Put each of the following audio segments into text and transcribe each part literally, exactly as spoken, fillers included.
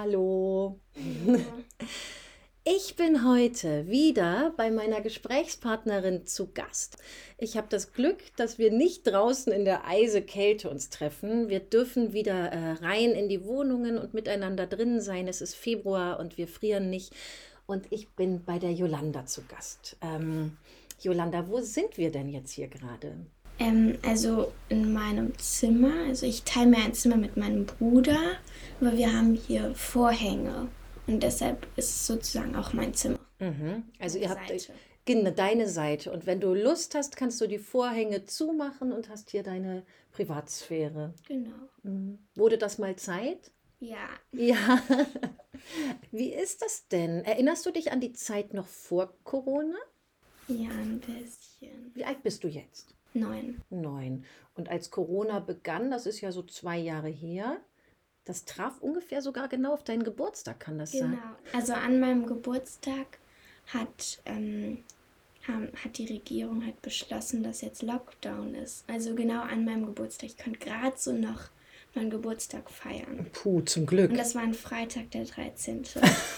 Hallo. Hallo. Ich bin heute wieder bei meiner Gesprächspartnerin zu Gast. Ich habe das Glück, dass wir nicht draußen in der Eisekälte uns treffen. Wir dürfen wieder äh, rein in die Wohnungen und miteinander drinnen sein. Es ist Februar und wir frieren nicht. Und ich bin bei der Jolanda zu Gast. Ähm, Jolanda, wo sind wir denn jetzt hier gerade? Ähm, also in meinem Zimmer, also ich teile mir ein Zimmer mit meinem Bruder, aber wir haben hier Vorhänge und deshalb ist es sozusagen auch mein Zimmer, Mhm. Also meine ihr habt euch Seite. genau deine Seite und wenn du Lust hast, kannst du die Vorhänge zumachen und hast hier deine Privatsphäre. Genau. Mhm. Wurde das mal Zeit? Ja, Ja. Wie ist das denn? Erinnerst du dich an die Zeit noch vor Corona? ja, ein bisschen. Wie alt bist du jetzt? Neun. Neun. Und als Corona begann, das ist ja so zwei Jahre her, das traf ungefähr sogar genau auf deinen Geburtstag, kann das sein? Genau. Also an meinem Geburtstag hat, ähm, haben, hat die Regierung halt beschlossen, dass jetzt Lockdown ist. Also genau an meinem Geburtstag. Ich konnte gerade so noch meinen Geburtstag feiern. Puh, zum Und Glück. das war ein Freitag, der dreizehnte.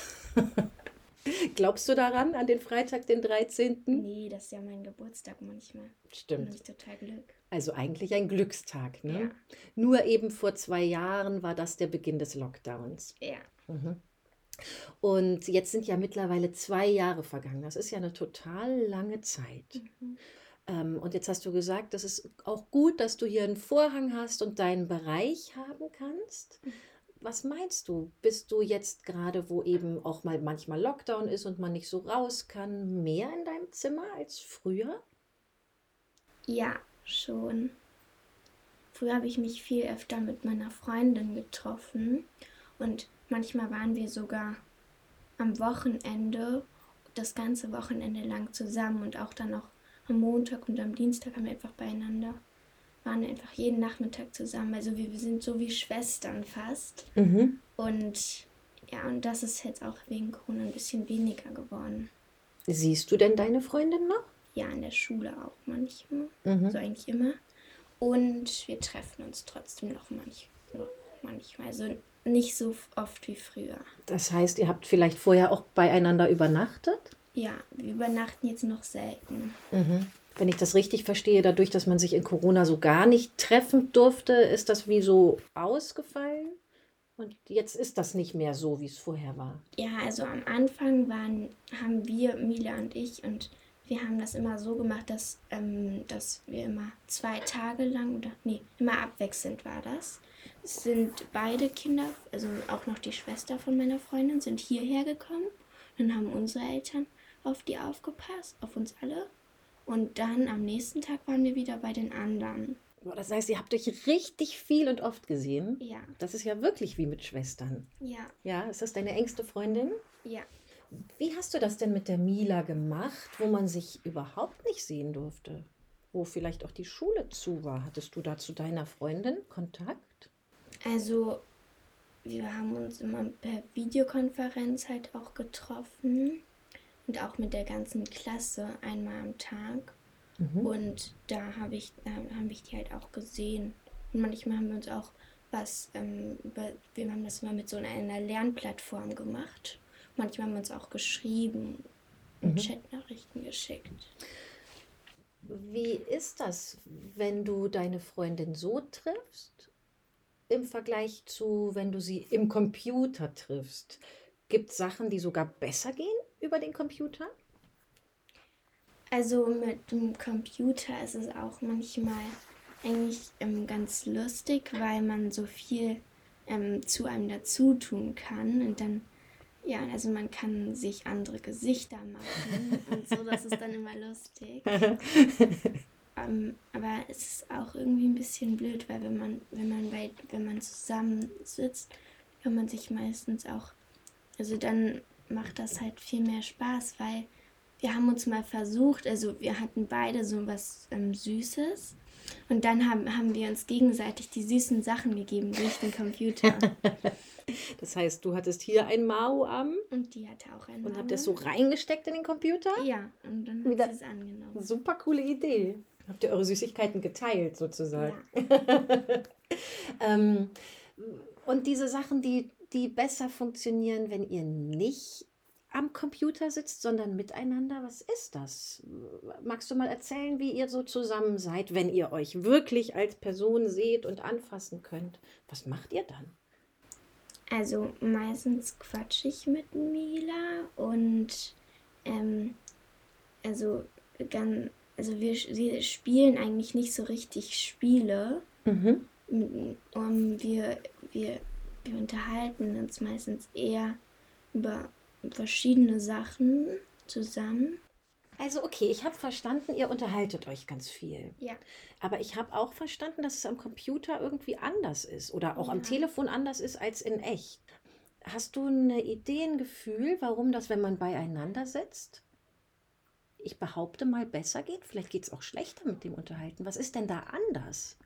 Glaubst du daran, an den Freitag, den dreizehnten? Nee, das ist ja mein Geburtstag manchmal. Dann habe Stimmt. ich total Glück. Also eigentlich ein Glückstag, Ja, ne? Nur eben vor zwei Jahren war das der Beginn des Lockdowns. ja. Mhm. Und jetzt sind ja mittlerweile zwei Jahre vergangen. Das ist ja eine total lange Zeit. Mhm. Ähm, und jetzt hast du gesagt, das ist auch gut, dass du hier einen Vorhang hast und deinen Bereich haben kannst. Was meinst du? Bist du jetzt gerade, wo eben auch mal manchmal Lockdown ist und man nicht so raus kann, mehr in deinem Zimmer als früher? Ja, schon. Früher habe ich mich viel öfter mit meiner Freundin getroffen und manchmal waren wir sogar am Wochenende das ganze Wochenende lang zusammen und auch dann noch am Montag und am Dienstag haben wir einfach beieinander, waren einfach jeden Nachmittag zusammen. Also wir, wir sind so wie Schwestern fast. Mhm. Und ja, und das ist jetzt auch wegen Corona ein bisschen weniger geworden. Siehst du denn deine Freundin noch? Ja, in der Schule auch manchmal. Mhm. So eigentlich immer. Und wir treffen uns trotzdem noch, manch, noch manchmal. Also nicht so oft wie früher. Das heißt, ihr habt vielleicht vorher auch beieinander übernachtet? Ja, wir übernachten jetzt noch selten. Mhm. Wenn ich das richtig verstehe, dadurch, dass man sich in Corona so gar nicht treffen durfte, ist das wie so ausgefallen? Und jetzt ist das nicht mehr so, wie es vorher war. Ja, also am Anfang waren, haben wir, Mila und ich, und wir haben das immer so gemacht, dass, ähm, dass wir immer zwei Tage lang, oder nee, immer abwechselnd war das, sind beide Kinder, also auch noch die Schwester von meiner Freundin, sind hierher gekommen. Dann haben unsere Eltern auf die aufgepasst, auf uns alle. Und dann am nächsten Tag waren wir wieder bei den anderen. Boah, das heißt, ihr habt euch richtig viel und oft gesehen. Ja, Das ist ja wirklich wie mit Schwestern. ja, Ja, ist das deine engste Freundin? ja. Wie hast du das denn mit der Mila gemacht, wo man sich überhaupt nicht sehen durfte? Wo vielleicht auch die Schule zu war? Hattest du da zu deiner Freundin Kontakt? Also wir haben uns immer per Videokonferenz halt auch getroffen und auch mit der ganzen Klasse einmal am Tag. Mhm. Und da habe ich, da habe ich die halt auch gesehen. Und manchmal haben wir uns auch was, ähm, über, wir haben das immer mit so einer Lernplattform gemacht. Manchmal haben wir uns auch geschrieben und Mhm. Chatnachrichten geschickt. Wie ist das, wenn du deine Freundin so triffst, im Vergleich zu, wenn du sie im Computer triffst? Gibt es Sachen, die sogar besser gehen über den Computer? Also mit dem Computer ist es auch manchmal eigentlich ähm, ganz lustig, weil man so viel ähm, zu einem dazu tun kann und dann, ja, also man kann sich andere Gesichter machen und so, das ist dann immer lustig. Ähm, aber es ist auch irgendwie ein bisschen blöd, weil wenn man, wenn man bei, wenn man zusammen sitzt, kann man sich meistens auch, also dann macht das halt viel mehr Spaß, weil wir haben uns mal versucht, also wir hatten beide so was ähm, Süßes und dann haben, haben wir uns gegenseitig die süßen Sachen gegeben durch den Computer. Das heißt, du hattest hier ein Mao-Arm Und die hatte auch einen und habt das Mauer. so reingesteckt in den Computer? Ja, und dann hat Wieder sie es angenommen. super coole Idee. Habt ihr eure Süßigkeiten geteilt, sozusagen? Ja, ähm, und diese Sachen, die die besser funktionieren, wenn ihr nicht am Computer sitzt, sondern miteinander? Was ist das? Magst du mal erzählen, wie ihr so zusammen seid, wenn ihr euch wirklich als Person seht und anfassen könnt? Was macht ihr dann? Also meistens quatsche ich mit Mila und ähm, also, ganz, also wir, wir spielen eigentlich nicht so richtig Spiele. Mhm. Um, wir, wir, wir unterhalten uns meistens eher über verschiedene Sachen zusammen. Also okay, ich habe verstanden, ihr unterhaltet euch ganz viel. Ja. Aber ich habe auch verstanden, dass es am Computer irgendwie anders ist oder auch am Ja. Telefon anders ist als in echt. Hast du eine Idee, ein Gefühl, warum das, wenn man beieinander sitzt, ich behaupte mal, besser geht? Vielleicht geht es auch schlechter mit dem Unterhalten. Was ist denn da anders?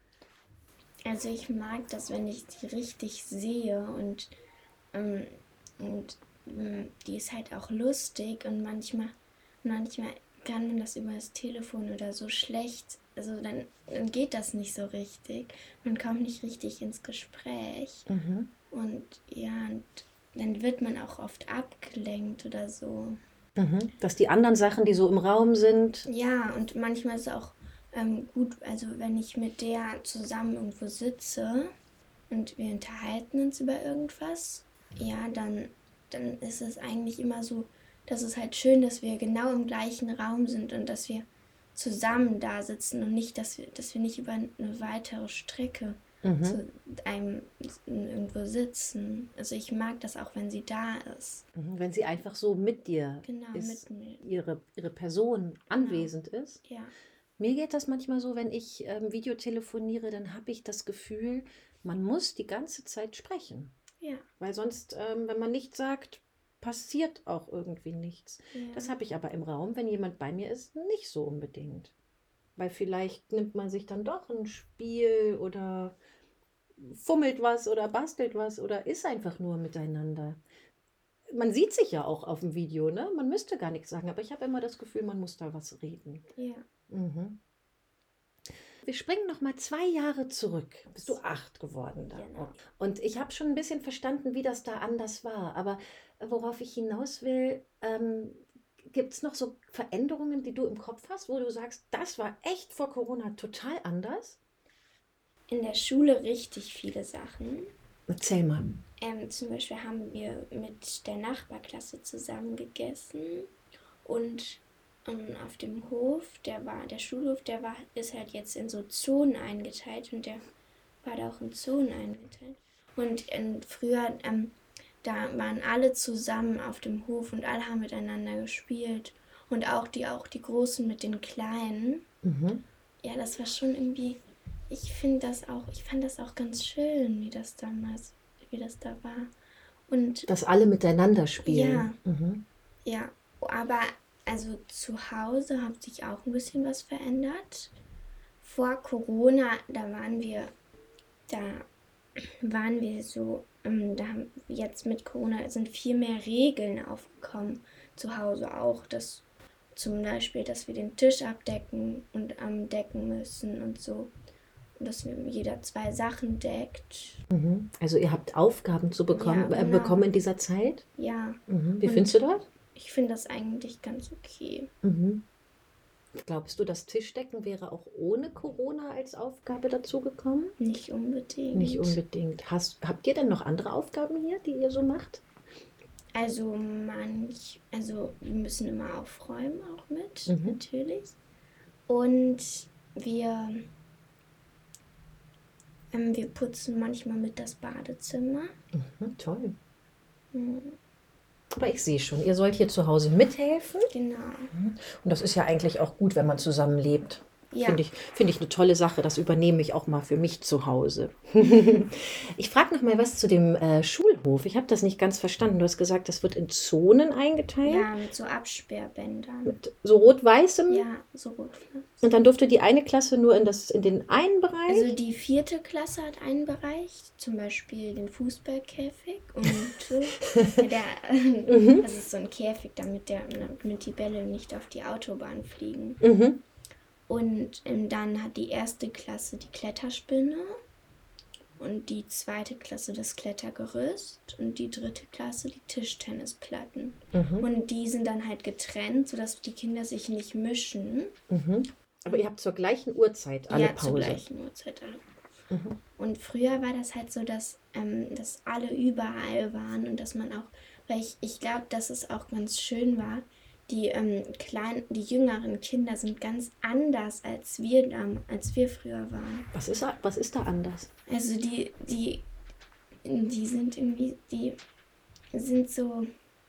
Also ich mag das, wenn ich die richtig sehe und, ähm, und ähm, die ist halt auch lustig und manchmal, manchmal kann man das über das Telefon oder so schlecht, also dann, dann geht das nicht so richtig. Man kommt nicht richtig ins Gespräch. Mhm. Und ja, und dann wird man auch oft abgelenkt oder so. Mhm. Dass die anderen Sachen, die so im Raum sind. Ja, und manchmal ist es auch ähm, gut, also wenn ich mit der zusammen irgendwo sitze und wir unterhalten uns über irgendwas, ja, dann, dann ist es eigentlich immer so, dass es halt schön, dass wir genau im gleichen Raum sind und dass wir zusammen da sitzen und nicht, dass wir, dass wir nicht über eine weitere Strecke Mhm. zu einem irgendwo sitzen. Also ich mag das auch, wenn sie da ist. Mhm. Wenn sie einfach so mit dir Genau, ist, mit mir. ihre, ihre Person anwesend ist. Ja. Mir geht das manchmal so, wenn ich ähm, Videotelefoniere, dann habe ich das Gefühl, man muss die ganze Zeit sprechen. Ja. Weil sonst, ähm, wenn man nichts sagt, passiert auch irgendwie nichts. Ja. Das habe ich aber im Raum, wenn jemand bei mir ist, nicht so unbedingt. Weil vielleicht nimmt man sich dann doch ein Spiel oder fummelt was oder bastelt was oder ist einfach nur miteinander. Man sieht sich ja auch auf dem Video, ne? Man müsste gar nichts sagen, aber ich habe immer das Gefühl, man muss da was reden. Ja. Mhm. Wir springen noch mal zwei Jahre zurück. Bist du acht geworden da? Genau. Und ich habe schon ein bisschen verstanden, wie das da anders war. Aber worauf ich hinaus will, ähm, gibt es noch so Veränderungen, die du im Kopf hast, wo du sagst, das war echt vor Corona total anders? In der Schule richtig viele Sachen. Erzähl mal. Ähm, zum Beispiel haben wir mit der Nachbarklasse zusammen gegessen und ähm, auf dem Hof, der war, der Schulhof, der war, ist halt jetzt in so Zonen eingeteilt und der war da auch in Zonen eingeteilt. Und ähm, früher, ähm, da waren alle zusammen auf dem Hof und alle haben miteinander gespielt. Und auch die, auch die Großen mit den Kleinen. Mhm. Ja, das war schon irgendwie, ich finde das auch, ich fand das auch ganz schön, wie das damals, wie das da war. Und Dass alle miteinander spielen. ja, Mhm. ja, aber also zu Hause hat sich auch ein bisschen was verändert. Vor Corona, da waren wir, da waren wir so, ähm, da haben jetzt mit Corona sind viel mehr Regeln aufgekommen zu Hause auch, dass zum Beispiel, dass wir den Tisch abdecken und ähm, decken müssen und so. Und dass wir jeder zwei Sachen deckt. Mhm. Also ihr habt Aufgaben zu bekommen, Ja, äh, genau. bekommen in dieser Zeit? Ja, Mhm. Wie Und- findest du das? ich finde das eigentlich ganz okay. Mhm. Glaubst du, das Tischdecken wäre auch ohne Corona als Aufgabe dazugekommen? Nicht unbedingt. Nicht unbedingt. Hast, habt ihr denn noch andere Aufgaben hier, die ihr so macht? Also manch, also wir müssen immer aufräumen auch mit, Mhm. natürlich. Und wir, ähm, wir putzen manchmal mit das Badezimmer. Mhm, toll. Hm, Aber ich sehe schon, ihr sollt hier zu Hause mithelfen. genau. Und das ist ja eigentlich auch gut, wenn man zusammen lebt. Ja. Finde ich, finde ich eine tolle Sache. Das übernehme ich auch mal für mich zu Hause. Ich frage noch mal was zu dem äh, Schulhof. Ich habe das nicht ganz verstanden. Du hast gesagt, das wird in Zonen eingeteilt. Ja, mit so Absperrbändern. Mit so rot-weißem. Ja, so rot. Und dann durfte die eine Klasse nur in, das, in den einen Bereich. Also die vierte Klasse hat einen Bereich, zum Beispiel den Fußballkäfig und so. Ja, der, das ist so ein Käfig, damit, der, damit die Bälle nicht auf die Autobahn fliegen. Mhm. Und ähm, dann hat die erste Klasse die Kletterspinne. und die zweite Klasse das Klettergerüst und die dritte Klasse die Tischtennisplatten. Mhm. Und die sind dann halt getrennt, sodass die Kinder sich nicht mischen. Mhm. Aber ihr habt zur gleichen Uhrzeit alle ja, zur Pause. gleichen Uhrzeit alle. Mhm. Und früher war das halt so, dass, ähm, dass alle überall waren und dass man auch, weil ich, ich glaube, dass es auch ganz schön war, die ähm, kleinen, die jüngeren Kinder sind ganz anders, als wir, ähm, als wir früher waren. Was ist, da- was ist da anders? Also die, die, die sind irgendwie, die sind so,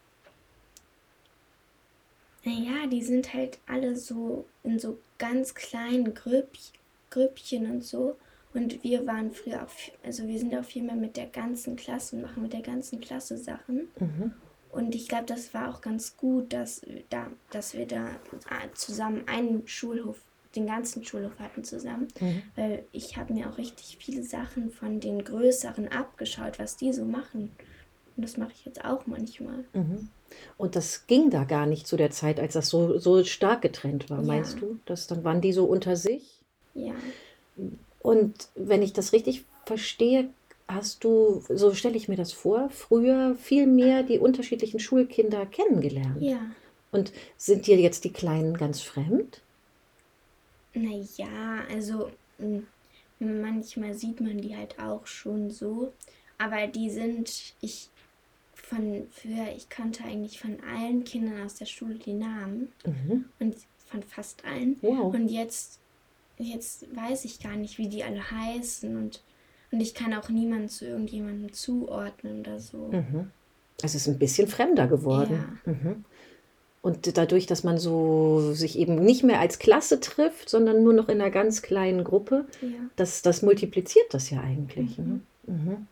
naja, die sind halt alle so in so ganz kleinen Grüpp, Grüppchen und so. Und wir waren früher auch, also wir sind auch viel mehr mit der ganzen Klasse und machen mit der ganzen Klasse Sachen. Mhm. Und ich glaube, das war auch ganz gut, dass, da, dass wir da zusammen einen Schulhof, den ganzen Schulhof hatten zusammen. Mhm. Weil ich habe mir auch richtig viele Sachen von den Größeren abgeschaut, was die so machen. Und das mache ich jetzt auch manchmal. Mhm. Und das ging da gar nicht zu der Zeit, als das so, so stark getrennt war, Ja. meinst du? Das, dann waren die so unter sich? Ja. Und wenn ich das richtig verstehe, hast du, so stelle ich mir das vor, früher viel mehr die unterschiedlichen Schulkinder kennengelernt. Ja. Und sind dir jetzt die Kleinen ganz fremd? Naja, also m, manchmal sieht man die halt auch schon so. Aber die sind, ich von früher, ich kannte eigentlich von allen Kindern aus der Schule die Namen. Mhm. Und von fast allen. Wow. Und jetzt, jetzt weiß ich gar nicht, wie die alle heißen. Und, und ich kann auch niemanden zu irgendjemandem zuordnen oder so. Mhm. Es ist ein bisschen fremder geworden. Ja. Mhm. Und dadurch, dass man so sich eben nicht mehr als Klasse trifft, sondern nur noch in einer ganz kleinen Gruppe, Ja. das, das multipliziert das ja eigentlich. Mhm. Ne? Mhm.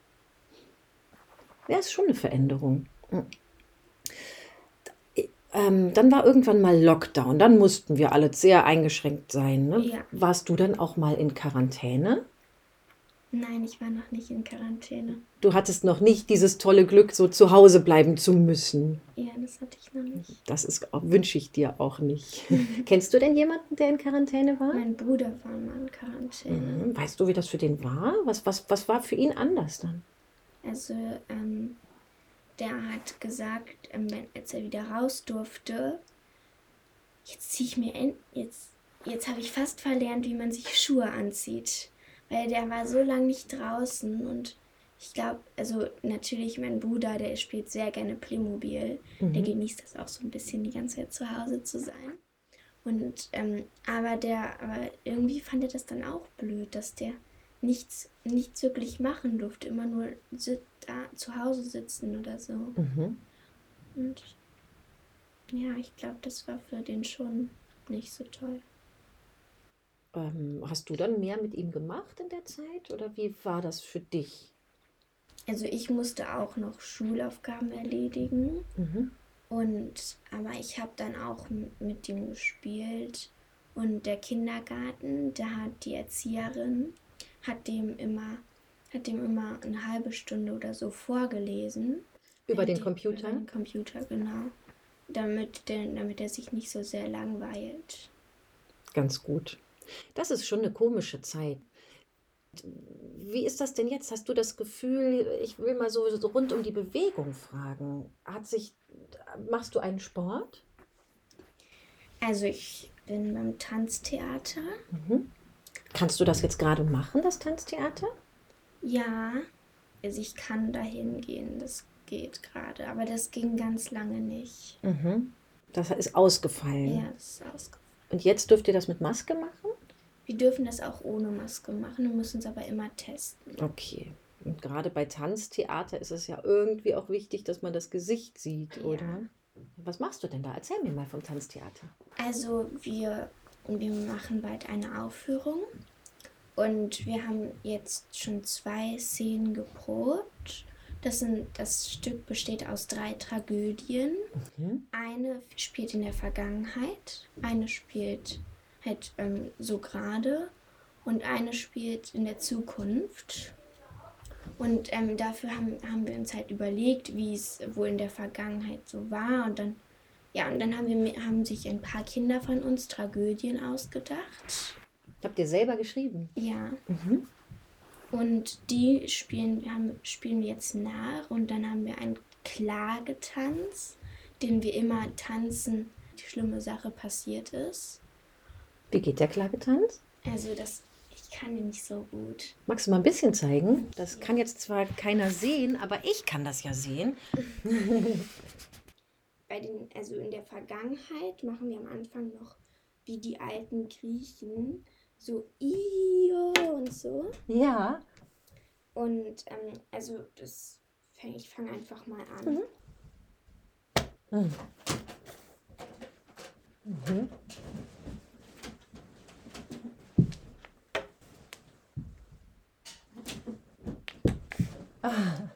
Ja, ist schon eine Veränderung. Mhm. Ähm, dann war irgendwann mal Lockdown. Dann mussten wir alle sehr eingeschränkt sein. Ne? Ja. Warst du dann auch mal in Quarantäne? Nein, ich war noch nicht in Quarantäne. Du hattest noch nicht dieses tolle Glück, so zu Hause bleiben zu müssen. Ja, das hatte ich noch nicht. Das ist, wünsche ich dir auch nicht. Kennst du denn jemanden, der in Quarantäne war? Mein Bruder war mal in Quarantäne. Mhm. Weißt du, wie das für den war? Was, was, was war für ihn anders dann? Also, ähm, der hat gesagt, ähm, wenn, als er wieder raus durfte, jetzt ziehe ich mir, en jetzt, jetzt habe ich fast verlernt, wie man sich Schuhe anzieht. Weil der war so lange nicht draußen und ich glaube, also natürlich mein Bruder, der spielt sehr gerne Playmobil. Mhm. Der genießt das auch so ein bisschen, die ganze Zeit zu Hause zu sein. Und, ähm, aber der, aber irgendwie fand er das dann auch blöd, dass der nichts, nichts wirklich machen durfte, immer nur sit da zu Hause sitzen oder so. Mhm. Und ja, ich glaube, das war für den schon nicht so toll. Ähm, hast du dann mehr mit ihm gemacht in der Zeit oder wie war das für dich? Also ich musste auch noch Schulaufgaben erledigen. Mhm. Und aber ich habe dann auch m- mit ihm gespielt. Und der Kindergarten, da hat die Erzieherin, hat dem immer, hat dem immer eine halbe Stunde oder so vorgelesen. Über Äh, den die- Computer? Über den Computer, genau. Damit, der, damit er sich nicht so sehr langweilt. Ganz gut. Das ist schon eine komische Zeit. Wie ist das denn jetzt? Hast du das Gefühl, ich will mal so, so rund um die Bewegung fragen. Hat sich, machst du einen Sport? Also ich bin beim Tanztheater. Mhm. Kannst du das jetzt gerade machen, das Tanztheater? Ja, also ich kann dahin gehen, das geht gerade. Aber das ging ganz lange nicht. Mhm. Das ist ausgefallen. Ja, das ist ausgefallen. Und jetzt dürft ihr das mit Maske machen? Wir dürfen das auch ohne Maske machen, wir müssen es aber immer testen. Okay. Und gerade bei Tanztheater ist es ja irgendwie auch wichtig, dass man das Gesicht sieht, Ja. oder? Was machst du denn da? Erzähl mir mal vom Tanztheater. Also wir, wir machen bald eine Aufführung und wir haben jetzt schon zwei Szenen geprobt. Das, sind, das Stück besteht aus drei Tragödien. Mhm. Eine spielt in der Vergangenheit, eine spielt halt ähm, so gerade und eine spielt in der Zukunft. Und ähm, dafür haben, haben wir uns halt überlegt, wie es wohl in der Vergangenheit so war. Und dann, ja, und dann haben, wir, haben sich ein paar Kinder von uns Tragödien ausgedacht. Habt ihr selber geschrieben? Ja, Mhm. Und die spielen, haben, spielen wir jetzt nach und dann haben wir einen Klagetanz, den wir immer tanzen, die schlimme Sache passiert ist. Wie geht der Klagetanz? Also das, ich kann den nicht so gut. Magst du mal ein bisschen zeigen? Das kann jetzt zwar keiner sehen, aber ich kann das ja sehen. Bei den, also in der Vergangenheit machen wir am Anfang noch wie die alten Griechen, so Io und so. Ja. Und ähm, also das fäng, ich fange einfach mal an. Mhm. Mhm. Ah.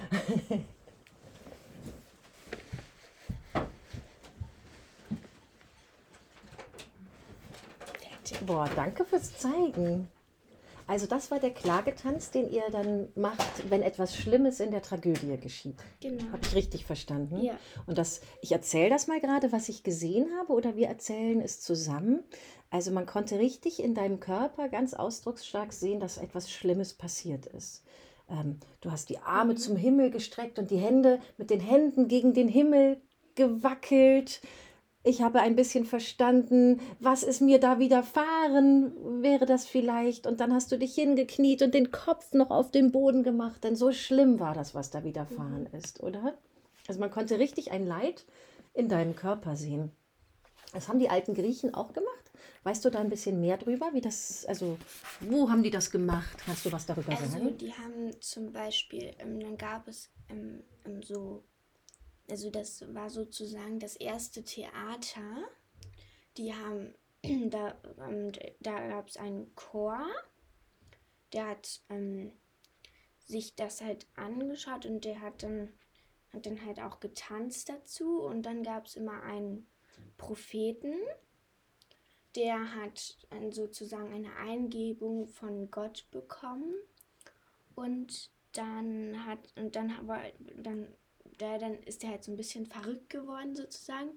Boah, danke fürs Zeigen. Also das war der Klagetanz, den ihr dann macht, wenn etwas Schlimmes in der Tragödie geschieht. Genau. Habe ich richtig verstanden? Ja. Und das, ich erzähle das mal gerade, was ich gesehen habe, oder wir erzählen es zusammen. Also man konnte richtig in deinem Körper ganz ausdrucksstark sehen, dass etwas Schlimmes passiert ist. Ähm, du hast die Arme Mhm. zum Himmel gestreckt und die Hände mit den Händen gegen den Himmel gewackelt. Ich habe ein bisschen verstanden, was ist mir da widerfahren, wäre das vielleicht. Und dann hast du dich hingekniet und den Kopf noch auf den Boden gemacht, denn so schlimm war das, was da widerfahren ist, oder? Also man konnte richtig ein Leid in deinem Körper sehen. Das haben die alten Griechen auch gemacht. Weißt du da ein bisschen mehr drüber, wie das, also wo haben die das gemacht? Kannst du was darüber Also sagen? die haben zum Beispiel, ähm, dann gab es ähm, ähm, so, also das war sozusagen das erste Theater. Die haben, da, ähm, da gab es einen Chor, der hat ähm, sich das halt angeschaut und der hat dann, hat dann halt auch getanzt dazu. Und dann gab es immer einen Propheten, der hat ein, sozusagen eine Eingebung von Gott bekommen. Und dann hat, und dann war, dann, der, dann ist er halt so ein bisschen verrückt geworden sozusagen.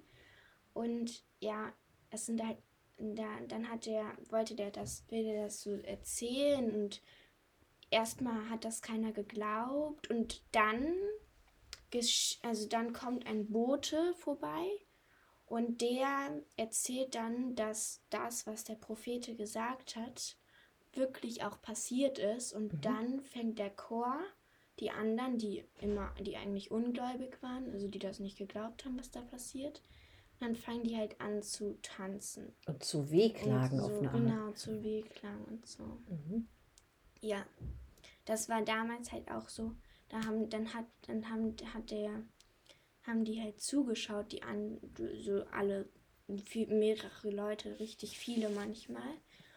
Und ja, es sind halt, da, dann hat der, wollte der das, will der das so erzählen und erstmal hat das keiner geglaubt und dann, gesch- also dann kommt ein Bote vorbei und der erzählt dann, dass das, was der Prophete gesagt hat, wirklich auch passiert ist und Mhm. dann fängt der Chor, die anderen, die immer, die eigentlich ungläubig waren, also die das nicht geglaubt haben, was da passiert, dann fangen die halt an zu tanzen. Und zu Wehklagen und auf so, eine Art. genau, zu Wehklang und so. Mhm. Ja, das war damals halt auch so. Da haben, dann hat, dann haben, hat der, haben die halt zugeschaut, die an, so alle, viel, mehrere Leute, richtig viele manchmal.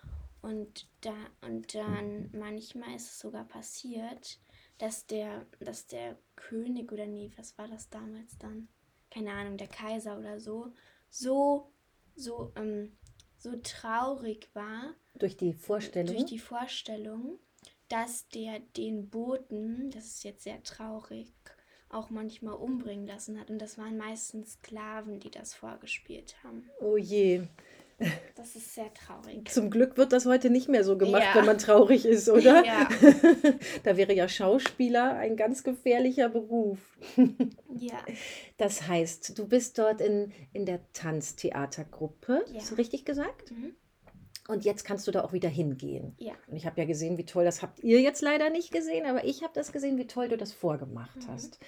Und da, und dann manchmal ist es sogar passiert, dass der, dass der König oder nee, was war das damals dann? Keine Ahnung, der Kaiser oder so, so, so, ähm, so traurig war Durch die Vorstellung. durch die Vorstellung, dass der den Boten, das ist jetzt sehr traurig, auch manchmal umbringen lassen hat. Und das waren meistens Sklaven, die das vorgespielt haben. Oh je. Das ist sehr traurig. Zum Glück wird das heute nicht mehr so gemacht, Ja. wenn man traurig ist, oder? Ja. Da wäre ja Schauspieler ein ganz gefährlicher Beruf. Ja. Das heißt, du bist dort in, in der Tanztheatergruppe, Ja. ist richtig gesagt? Mhm. Und jetzt kannst du da auch wieder hingehen. Ja. Und ich habe ja gesehen, wie toll, das habt ihr jetzt leider nicht gesehen, aber ich habe das gesehen, wie toll du das vorgemacht Mhm. hast.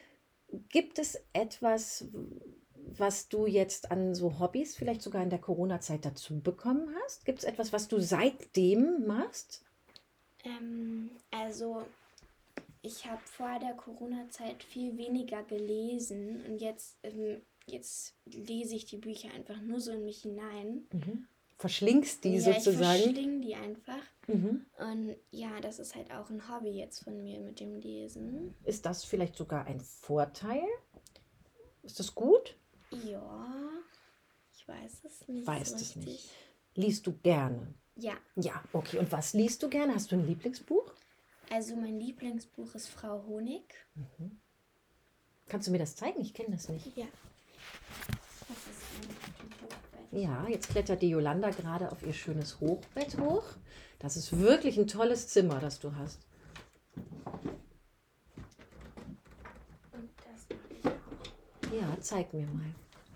Gibt es etwas, was du jetzt an so Hobbys vielleicht sogar in der Corona-Zeit dazu bekommen hast? Gibt es etwas, was du seitdem machst? Ähm, also, ich habe vor der Corona-Zeit viel weniger gelesen und jetzt, ähm, jetzt lese ich die Bücher einfach nur so in mich hinein. Mhm. Verschlingst die ja, ich sozusagen? verschlinge die einfach. Mhm. Und ja, das ist halt auch ein Hobby jetzt von mir mit dem Lesen. Ist das vielleicht sogar ein Vorteil? Ist das gut? Ja, ich weiß es nicht Weißt so es richtig. nicht. Liest du gerne? Ja, Ja, okay. Und was liest du gerne? Hast du ein Lieblingsbuch? also mein Lieblingsbuch ist Frau Honig. Mhm. Kannst du mir das zeigen? Ich kenne das nicht. Ja. Das ist ein Hochbett. Ja, jetzt klettert die Jolanda gerade auf ihr schönes Hochbett hoch. Das ist wirklich ein tolles Zimmer, das du hast. Und das mache ich auch. Ja, zeig mir mal.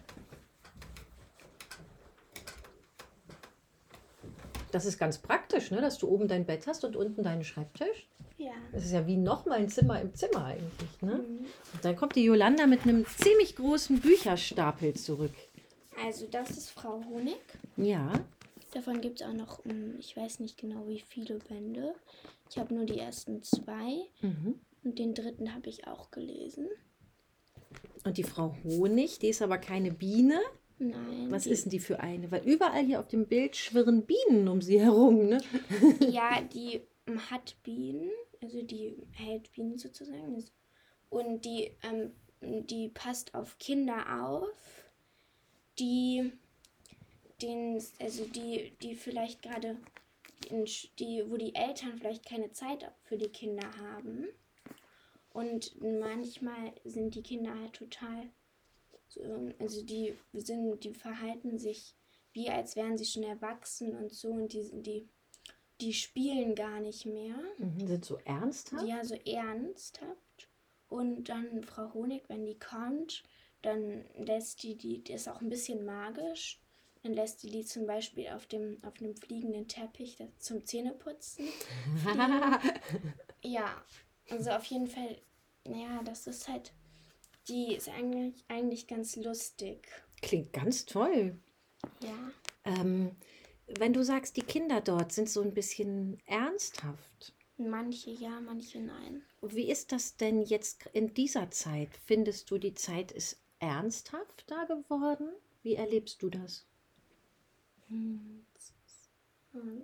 Das ist ganz praktisch, ne, dass du oben dein Bett hast und unten deinen Schreibtisch. Ja. Das ist ja wie nochmal ein Zimmer im Zimmer eigentlich. Ne? Mhm. Und dann kommt die Jolanda mit einem ziemlich großen Bücherstapel zurück. Also das ist Frau Honig. Ja, Davon gibt es auch noch, um, ich weiß nicht genau wie viele Bände. Ich habe nur die ersten zwei mhm. und den dritten habe ich auch gelesen. Und die Frau Honig, die ist aber keine Biene. Nein. Was die, ist denn die für eine? Weil überall hier auf dem Bild schwirren Bienen um sie herum, ne? Ja, die ähm, hat Bienen, also die hält Bienen sozusagen. Und die, ähm, die passt auf Kinder auf, die, den, also die, die vielleicht gerade, in Sch- die, wo die Eltern vielleicht keine Zeit für die Kinder haben. Und manchmal sind die Kinder halt total, so, also die sind, die verhalten sich wie als wären sie schon erwachsen und so und die, die, die spielen gar nicht mehr. Mhm, sind so ernsthaft? Ja, so ernsthaft. Und dann Frau Honig, wenn die kommt, dann lässt die die, die ist auch ein bisschen magisch, dann lässt die die zum Beispiel auf dem auf einem fliegenden Teppich das zum Zähneputzen fliegen. Ja, also auf jeden Fall, naja, das ist halt, die ist eigentlich, eigentlich ganz lustig. Klingt ganz toll. Ja. Ähm, wenn du sagst, die Kinder dort sind so ein bisschen ernsthaft. Manche ja, manche nein. Wie ist das denn jetzt in dieser Zeit? Findest du, die Zeit ist ernsthafter geworden? Wie erlebst du das? Hm. Hm.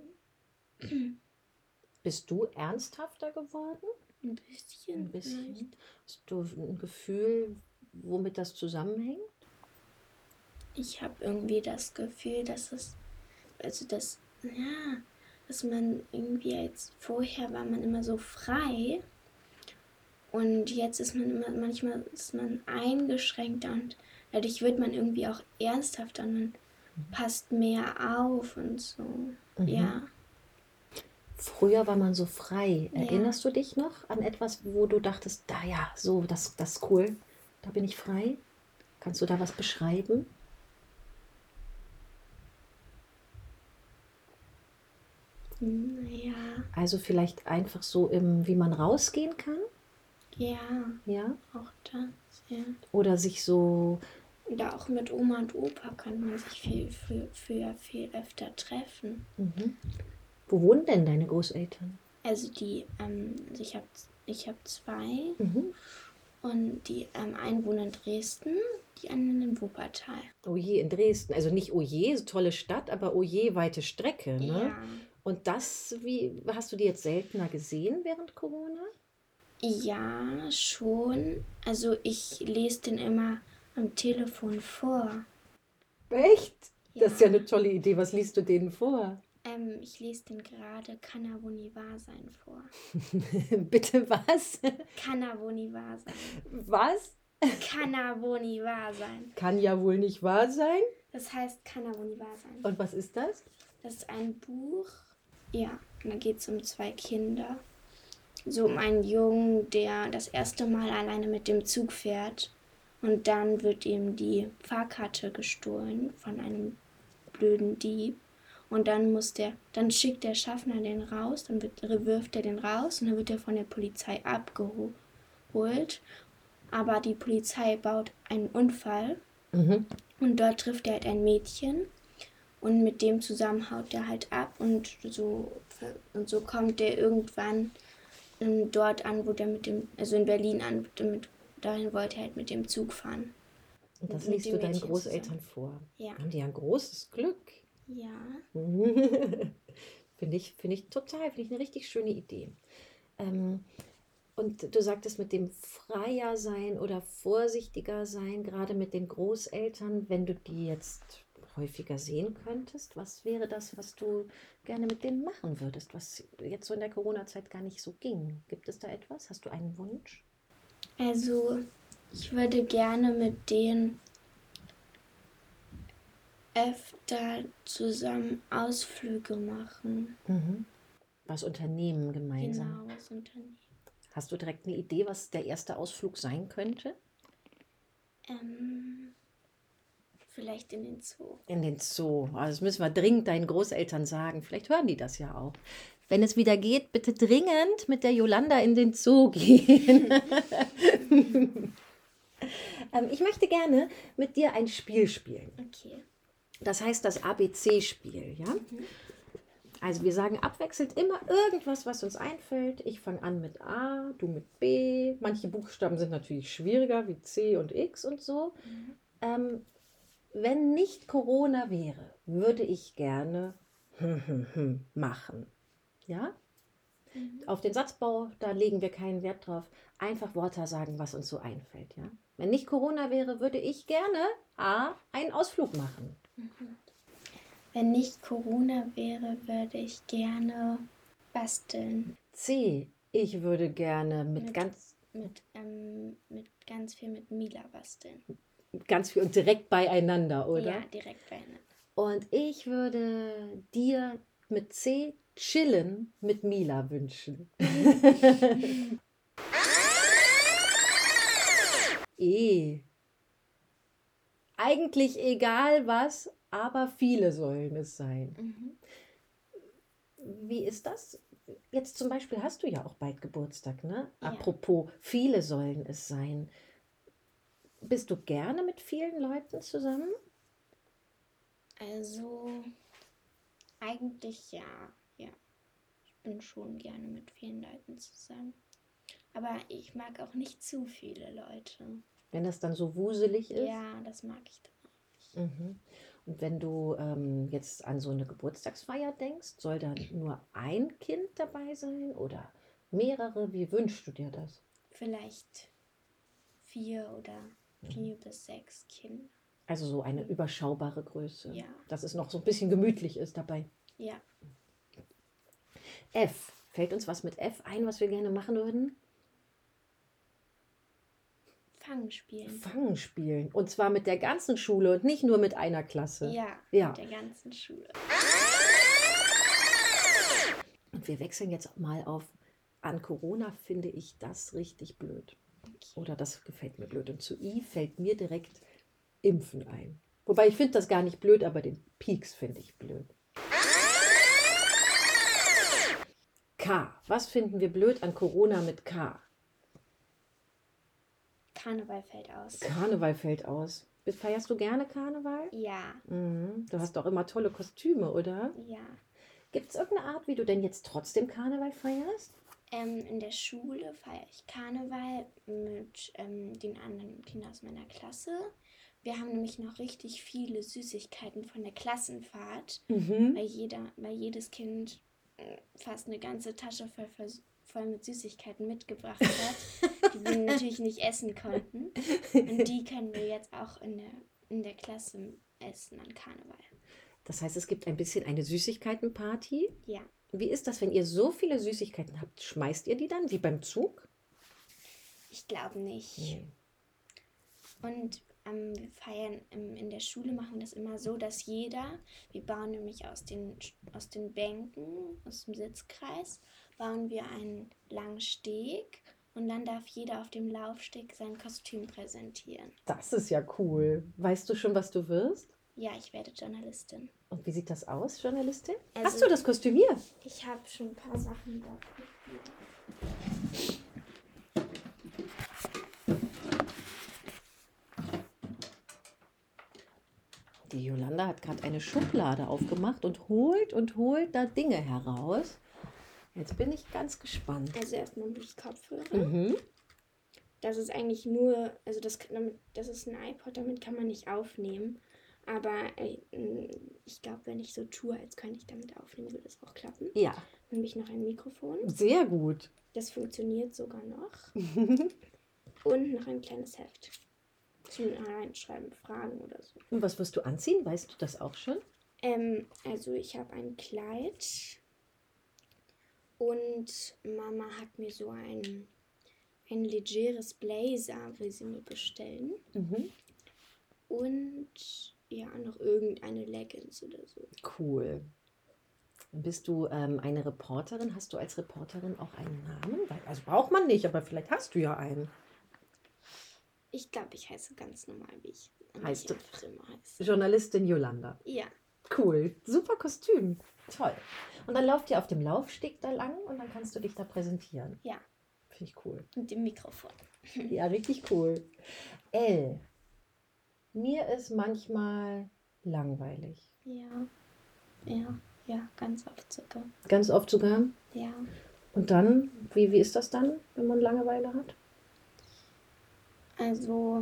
Bist du ernsthafter geworden? Ein bisschen, Ein bisschen. vielleicht. Hast du ein Gefühl, womit das zusammenhängt? Ich habe irgendwie das Gefühl, dass es, also das, ja, dass man irgendwie als vorher war man immer so frei und jetzt ist man immer, manchmal ist man eingeschränkter und dadurch wird man irgendwie auch ernsthafter und man passt mehr auf und so. Mhm. Ja. Früher war man so frei. Ja. Erinnerst du dich noch an etwas, wo du dachtest, da ja, so, das, das ist cool, da bin ich frei? Kannst du da was beschreiben? Naja, Also vielleicht einfach so im, wie man rausgehen kann, ja, ja? auch das, ja. Oder sich so, Oder auch mit Oma und Opa kann man sich viel, viel, viel, viel öfter treffen. mhm. Wo wohnen denn deine Großeltern? Also die, ähm, also ich habe ich hab zwei Mhm. und die ähm, einen wohnen in Dresden, die anderen in Wuppertal. Oh je, in Dresden. Also nicht oh je, so tolle Stadt, aber oh je, weite Strecke, ne? Ja. Und das, wie, hast du die jetzt seltener gesehen während Corona? Ja, schon. Also ich lese den immer am Telefon vor. Echt? Das ist ja Ja. eine tolle Idee. Was liest du denen vor? Ähm, ich lese den gerade Kann er wohl nie wahr sein vor. Bitte was? Kann er wohl nie wahr sein. Was? Kann er wohl nie wahr sein. Kann ja wohl nicht wahr sein. Das heißt, kann er wohl nie wahr sein. Und was ist das? Das ist ein Buch. Ja, und da geht es um zwei Kinder. So um einen Jungen, der das erste Mal alleine mit dem Zug fährt. Und dann wird ihm die Fahrkarte gestohlen von einem blöden Dieb. Und dann muss der, dann schickt der Schaffner den raus, dann wird, wirft er den raus und dann wird er von der Polizei abgeholt. Aber die Polizei baut einen Unfall Mhm. und dort trifft er halt ein Mädchen und mit dem zusammen haut er halt ab und so, und so kommt er irgendwann ähm, dort an, wo der mit dem, also in Berlin an, damit, dahin wollte er halt mit dem Zug fahren. Und das Mit liest dem du deinen Mädchen Großeltern vor. Ja. Haben die ja ein großes Glück. Ja. Finde ich, finde ich total, finde ich eine richtig schöne Idee. Ähm, und du sagtest mit dem freier sein oder vorsichtiger sein, gerade mit den Großeltern, wenn du die jetzt häufiger sehen könntest, was wäre das, was du gerne mit denen machen würdest, was jetzt so in der Corona-Zeit gar nicht so ging? Gibt es da etwas? Hast du einen Wunsch? Also ich würde gerne mit denen öfter zusammen Ausflüge machen. Mhm. Was unternehmen gemeinsam. Genau, was unternehmen. Hast du direkt eine Idee, was der erste Ausflug sein könnte? Ähm, vielleicht in den Zoo. In den Zoo. Also das müssen wir dringend deinen Großeltern sagen. Vielleicht hören die das ja auch. Wenn es wieder geht, bitte dringend mit der Jolanda in den Zoo gehen. ähm, ich möchte gerne mit dir ein Spiel spielen. Okay. Das heißt das A B C-Spiel, ja? Also wir sagen abwechselnd immer irgendwas, was uns einfällt. Ich fange an mit A, du mit B. Manche Buchstaben sind natürlich schwieriger, wie C und X und so. Mhm. Ähm, wenn nicht Corona wäre, würde ich gerne machen. Ja? Mhm. Auf den Satzbau, da legen wir keinen Wert drauf. Einfach Worte sagen, was uns so einfällt. Ja? Wenn nicht Corona wäre, würde ich gerne A, einen Ausflug machen. Mhm. Wenn nicht Corona wäre, würde ich gerne basteln. C, ich würde gerne mit, Mit- ganz, Mit, ähm, mit ganz viel mit Mila basteln. ganz viel und direkt beieinander, oder? Ja, direkt beieinander. Und ich würde dir mit C chillen mit Mila wünschen. E. Eigentlich egal was, aber viele sollen es sein. Mhm. Wie ist das? Jetzt zum Beispiel hast du ja auch bald Geburtstag, ne? Ja. Apropos, viele sollen es sein. Bist du gerne mit vielen Leuten zusammen? Also, eigentlich ja, ja. Ich bin schon gerne mit vielen Leuten zusammen. Aber ich mag auch nicht zu viele Leute. Wenn das dann so wuselig ist? Ja, das mag ich dann auch nicht. Mhm. Und wenn du ähm, jetzt an so eine Geburtstagsfeier denkst, soll dann nur ein Kind dabei sein oder mehrere? Wie wünschst du dir das? Vielleicht vier oder vier bis sechs Kinder. Also so eine überschaubare Größe. Ja. Dass es noch so ein bisschen gemütlich ist dabei. Ja. F. Fällt uns was mit F ein, was wir gerne machen würden? Fangen spielen. Fangen spielen. Und zwar mit der ganzen Schule und nicht nur mit einer Klasse. Ja, Ja. mit der ganzen Schule. Und wir wechseln jetzt mal auf. An Corona finde ich das richtig blöd. Okay. Oder das gefällt mir blöd. Und zu I fällt mir direkt Impfen ein. Wobei ich finde das gar nicht blöd, aber den Pieks finde ich blöd. K. Was finden wir blöd an Corona mit K? Karneval fällt aus. Karneval fällt aus. Feierst du gerne Karneval? Ja, Mhm. Du hast doch immer tolle Kostüme, oder? ja. Gibt es irgendeine Art, wie du denn jetzt trotzdem Karneval feierst? Ähm, in der Schule feiere ich Karneval mit ähm, den anderen Kindern aus meiner Klasse. Wir haben nämlich noch richtig viele Süßigkeiten von der Klassenfahrt, Mhm. weil, jeder, weil jedes Kind äh, fast eine ganze Tasche voll, vers- voll mit Süßigkeiten mitgebracht hat, die wir natürlich nicht essen konnten. Und die können wir jetzt auch in der, in der Klasse essen an Karneval. Das heißt, es gibt ein bisschen eine Süßigkeitenparty. Ja, Wie ist das, wenn ihr so viele Süßigkeiten habt? Schmeißt ihr die dann, wie beim Zug? ich glaube nicht. Nee. Und ähm, wir feiern ähm, in der Schule, machen wir das immer so, dass jeder, wir bauen nämlich aus den, aus den Bänken, aus dem Sitzkreis, bauen wir einen langen Steg und dann darf jeder auf dem Laufsteg sein Kostüm präsentieren. Das ist ja cool. Weißt du schon, was du wirst? Ja, ich werde Journalistin. Und wie sieht das aus, Journalistin? Also- Hast du das Kostüm hier? Ich habe schon ein paar Sachen da. Die Jolanda hat gerade eine Schublade aufgemacht und holt und holt da Dinge heraus. Jetzt bin ich ganz gespannt. Also erstmal die Kopfhörer. Mhm. Das ist eigentlich nur, also das, damit, das ist ein iPod, damit kann man nicht aufnehmen. Aber äh, ich glaube, wenn ich so tue, als könnte ich damit aufnehmen, würde es auch klappen. Ja, Dann habe ich noch ein Mikrofon. sehr gut. Das funktioniert sogar noch. Und noch ein kleines Heft. Zum Reinschreiben, Fragen oder so. Und was wirst du anziehen? Weißt du das auch schon? Ähm, also ich habe ein Kleid. Und Mama hat mir so ein, ein legeres Blazer, will sie mir bestellen. Mhm. Und ja, noch irgendeine Leggings oder so. Cool. Bist du ähm, eine Reporterin? Hast du als Reporterin auch einen Namen? Weil, also braucht man nicht, aber vielleicht hast du ja einen. Ich glaube, ich heiße ganz normal, wie ich, wie Heißt ich du einfach immer heiße. Journalistin Yolanda. Ja, Cool, super Kostüm. Toll. Und dann lauft ihr auf dem Laufsteg da lang und dann kannst du dich da präsentieren. ja, Finde ich cool. mit dem Mikrofon. Ja, richtig cool. Elle, mir ist manchmal langweilig. Ja, ja, ja, ganz oft sogar. Ganz oft sogar. Ja, Und dann, wie, wie ist das dann, wenn man Langeweile hat? also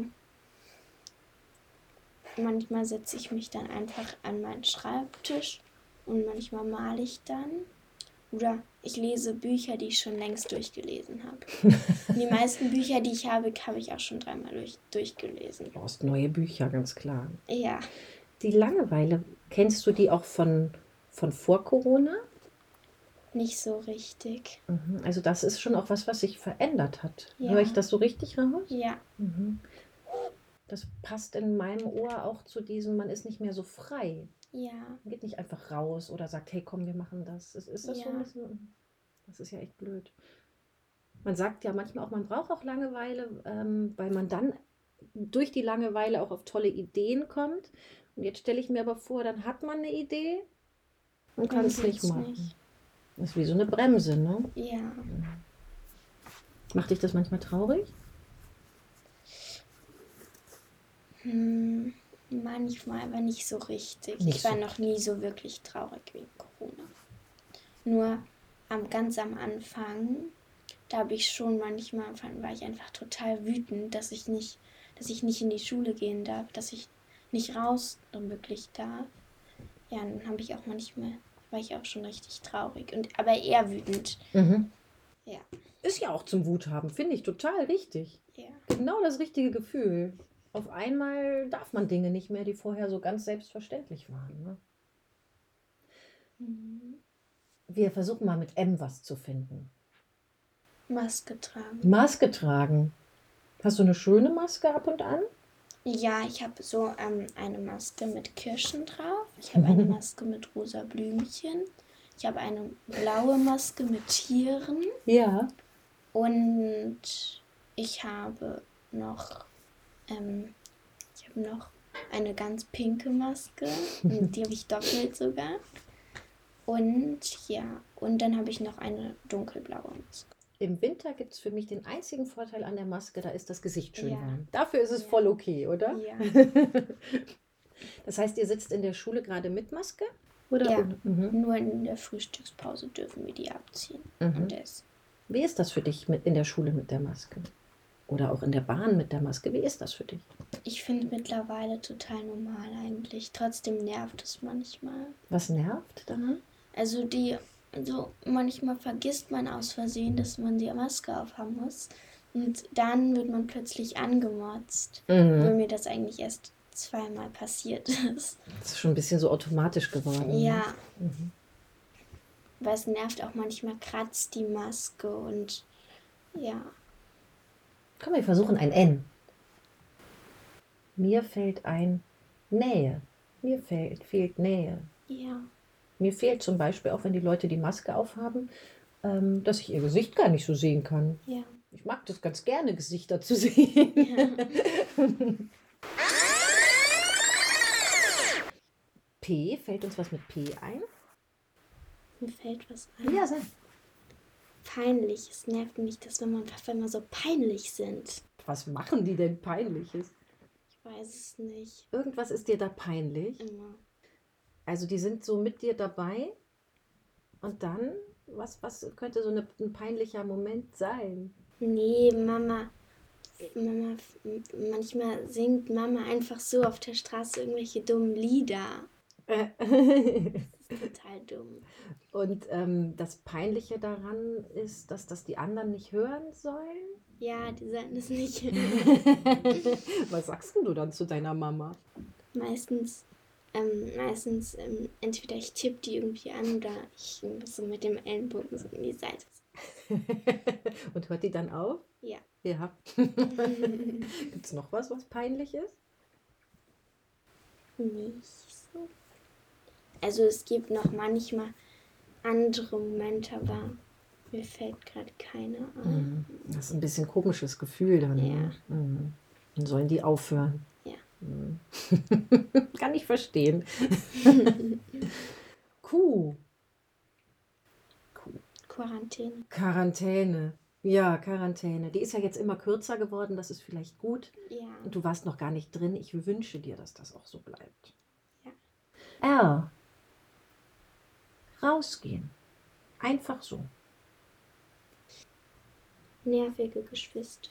manchmal setze ich mich dann einfach an meinen Schreibtisch und manchmal male ich dann. Oder ich lese Bücher, die ich schon längst durchgelesen habe. Die meisten Bücher, die ich habe, habe ich auch schon dreimal durch, durchgelesen. Du brauchst neue Bücher, ganz klar. Ja, Die Langeweile, kennst du die auch von, von vor Corona? nicht so richtig. Mhm. Also das ist schon auch was, was sich verändert hat. Ja. Höre ich das so richtig raus? Ja, Mhm. Das passt in meinem Ohr auch zu diesem, man ist nicht mehr so frei. ja, Man geht nicht einfach raus oder sagt, hey komm, wir machen das. Ist, ist das so ein Ja. bisschen? Das ist ja echt blöd. Man sagt ja manchmal auch, man braucht auch Langeweile, ähm, weil man dann durch die Langeweile auch auf tolle Ideen kommt. Und jetzt stelle ich mir aber vor, dann hat man eine Idee und kann es nicht geht's machen. nicht. Das ist wie so eine Bremse, ne? Ja, Macht dich das manchmal traurig? hm, manchmal, aber nicht so richtig. Nicht ich war so noch nie so wirklich traurig wegen Corona. Nur am, ganz am Anfang, da habe ich schon manchmal, war ich einfach total wütend, dass ich nicht, dass ich nicht in die Schule gehen darf, dass ich nicht raus dann wirklich darf. Ja, dann habe ich auch manchmal, war ich auch schon richtig traurig. Und, aber eher wütend. Mhm. Ja. Ist ja auch zum Wut haben, finde ich total richtig. Ja. Genau das richtige Gefühl. Auf einmal darf man Dinge nicht mehr, die vorher so ganz selbstverständlich waren. Ne? Mhm. Wir versuchen mal mit M was zu finden. Maske tragen. Maske tragen. Hast du eine schöne Maske ab und an? Ja, ich habe so ähm, eine Maske mit Kirschen drauf. Ich habe eine Maske mit rosa Blümchen. Ich habe eine blaue Maske mit Tieren. Ja. Und ich habe noch, ähm, ich habe noch eine ganz pinke Maske. Und die habe ich doppelt sogar. Und ja, und dann habe ich noch eine dunkelblaue Maske. Im Winter gibt es für mich den einzigen Vorteil an der Maske, da ist das Gesicht schön Ja. warm. Dafür ist es Ja. voll okay, oder? Ja. Das heißt, ihr sitzt in der Schule gerade mit Maske? Oder Ja. ohne? Mhm. Nur in der Frühstückspause dürfen wir die abziehen. Mhm. Und essen. Wie ist das für dich mit in der Schule mit der Maske? Oder auch in der Bahn mit der Maske? Wie ist das für dich? Ich finde mittlerweile total normal eigentlich. Trotzdem nervt es manchmal. Was nervt daran? Also die, also manchmal vergisst man aus Versehen, dass man die Maske aufhaben muss. Und dann wird man plötzlich angemotzt. Obwohl Mhm. mir das eigentlich erst zweimal passiert ist. Das ist schon ein bisschen so automatisch geworden. ne? Ja. Mhm. Weil es nervt auch manchmal, kratzt die Maske und ja. Komm, wir versuchen ein N. Mir fällt ein Nähe. Mir fehlt, fehlt Nähe. Ja. Mir fehlt zum Beispiel, auch wenn die Leute die Maske aufhaben, ähm, dass ich ihr Gesicht gar nicht so sehen kann. Ja. Ich mag das ganz gerne, Gesichter zu sehen. Ja. P, fällt uns was mit P ein? Mir fällt was ein. Ja, sag. Peinlich. Es nervt mich, dass wenn man Pfeffer immer so peinlich sind. Was machen die denn Peinliches? Ich weiß es nicht. Irgendwas ist dir da peinlich? Immer. Also die sind so mit dir dabei und dann, was, was könnte so eine, ein peinlicher Moment sein? Nee, Mama. Mama, manchmal singt Mama einfach so auf der Straße irgendwelche dummen Lieder. Äh, Das ist total dumm. Und ähm, das Peinliche daran ist, dass das die anderen nicht hören sollen? Ja, die sollten es nicht. Was sagst denn du dann zu deiner Mama? meistens, ähm, meistens ähm, entweder ich tippe die irgendwie an oder ich muss so mit dem Ellenbogen so in die Seite. Und hört die dann auf? Ja. Ja. Gibt es noch was, was peinlich ist? Nicht so. Also es gibt noch manchmal, andere Momente, aber mir fällt gerade keiner ein. Das ist ein bisschen komisches Gefühl dann. Ja. Ne? Mhm. Dann sollen die aufhören. Ja. Mhm. Kann ich verstehen. Kuh. Quarantäne. Quarantäne. Ja, Quarantäne. Die ist ja jetzt immer kürzer geworden, das ist vielleicht gut. Ja. Und du warst noch gar nicht drin. Ich wünsche dir, dass das auch so bleibt. Ja. R. Rausgehen. Einfach so. Nervige Geschwister.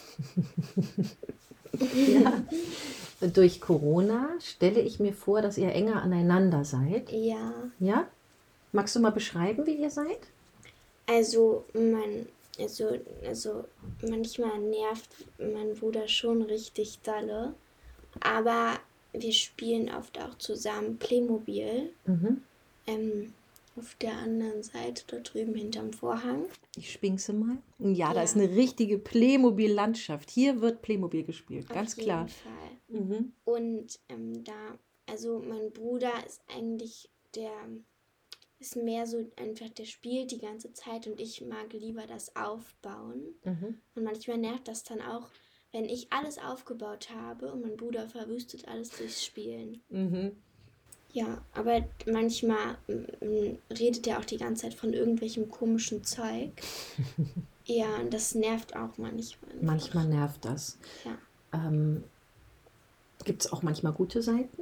Ja. Durch Corona stelle ich mir vor, dass ihr enger aneinander seid. Ja. Ja? Magst du mal beschreiben, wie ihr seid? Also, man, also, also manchmal nervt mein Bruder schon richtig dolle. Aber wir spielen oft auch zusammen Playmobil. Mhm. Ähm, auf der anderen Seite, da drüben hinterm Vorhang. Ich schwingse mal. Ja, da Ja. ist eine richtige Playmobil-Landschaft. Hier wird Playmobil gespielt, ganz Auf jeden klar. Fall. Mhm. Und ähm, da, also mein Bruder ist eigentlich der, ist mehr so einfach, der spielt die ganze Zeit und ich mag lieber das Aufbauen. Mhm. Und manchmal nervt das dann auch, wenn ich alles aufgebaut habe und mein Bruder verwüstet alles durchs Spielen. Mhm. Ja, aber manchmal mm, redet er auch die ganze Zeit von irgendwelchem komischen Zeug. Ja, und das nervt auch manchmal. einfach. Manchmal nervt das. Ja. Ähm, Gibt es auch manchmal gute Seiten?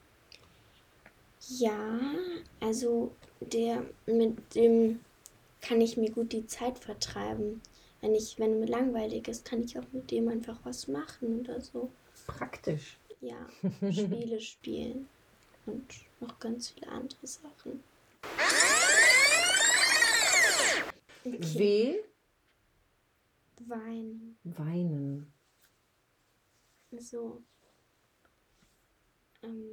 Ja, also der mit dem kann ich mir gut die Zeit vertreiben. Wenn ich, wenn mir langweilig ist, kann ich auch mit dem einfach was machen oder so. Praktisch. Ja, Spiele spielen und noch ganz viele andere Sachen. Okay. W. Weinen. Weinen. So. Ähm,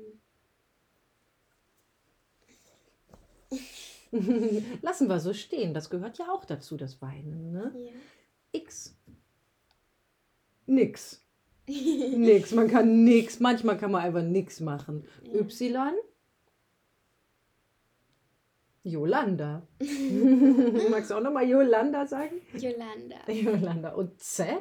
Lassen wir so stehen. Das gehört ja auch dazu, das Weinen. Ne? ja. X. Nix. Nix. Man kann nix. Manchmal kann man einfach nix machen. Ja. Y. Yolanda. Magst du auch nochmal Yolanda sagen? Yolanda. Yolanda. Und Z?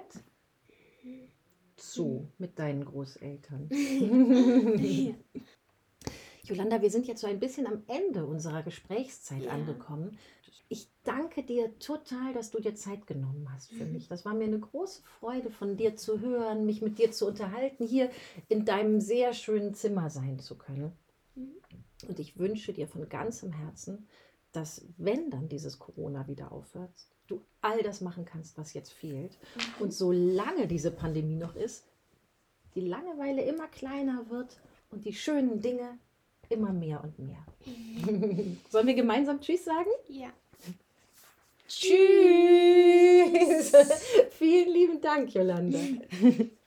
Zoo mit deinen Großeltern. Ja. Yolanda, wir sind jetzt so ein bisschen am Ende unserer Gesprächszeit Ja. angekommen. Ich danke dir total, dass du dir Zeit genommen hast für Mhm. mich. Das war mir eine große Freude, von dir zu hören, mich mit dir zu unterhalten, hier in deinem sehr schönen Zimmer sein zu können. Mhm. Und ich wünsche dir von ganzem Herzen, dass, wenn dann dieses Corona wieder aufhört, du all das machen kannst, was jetzt fehlt. Mhm. Und solange diese Pandemie noch ist, die Langeweile immer kleiner wird und die schönen Dinge immer mehr und mehr. Sollen wir gemeinsam Tschüss sagen? Ja. Tschüss! Vielen lieben Dank, Yolanda.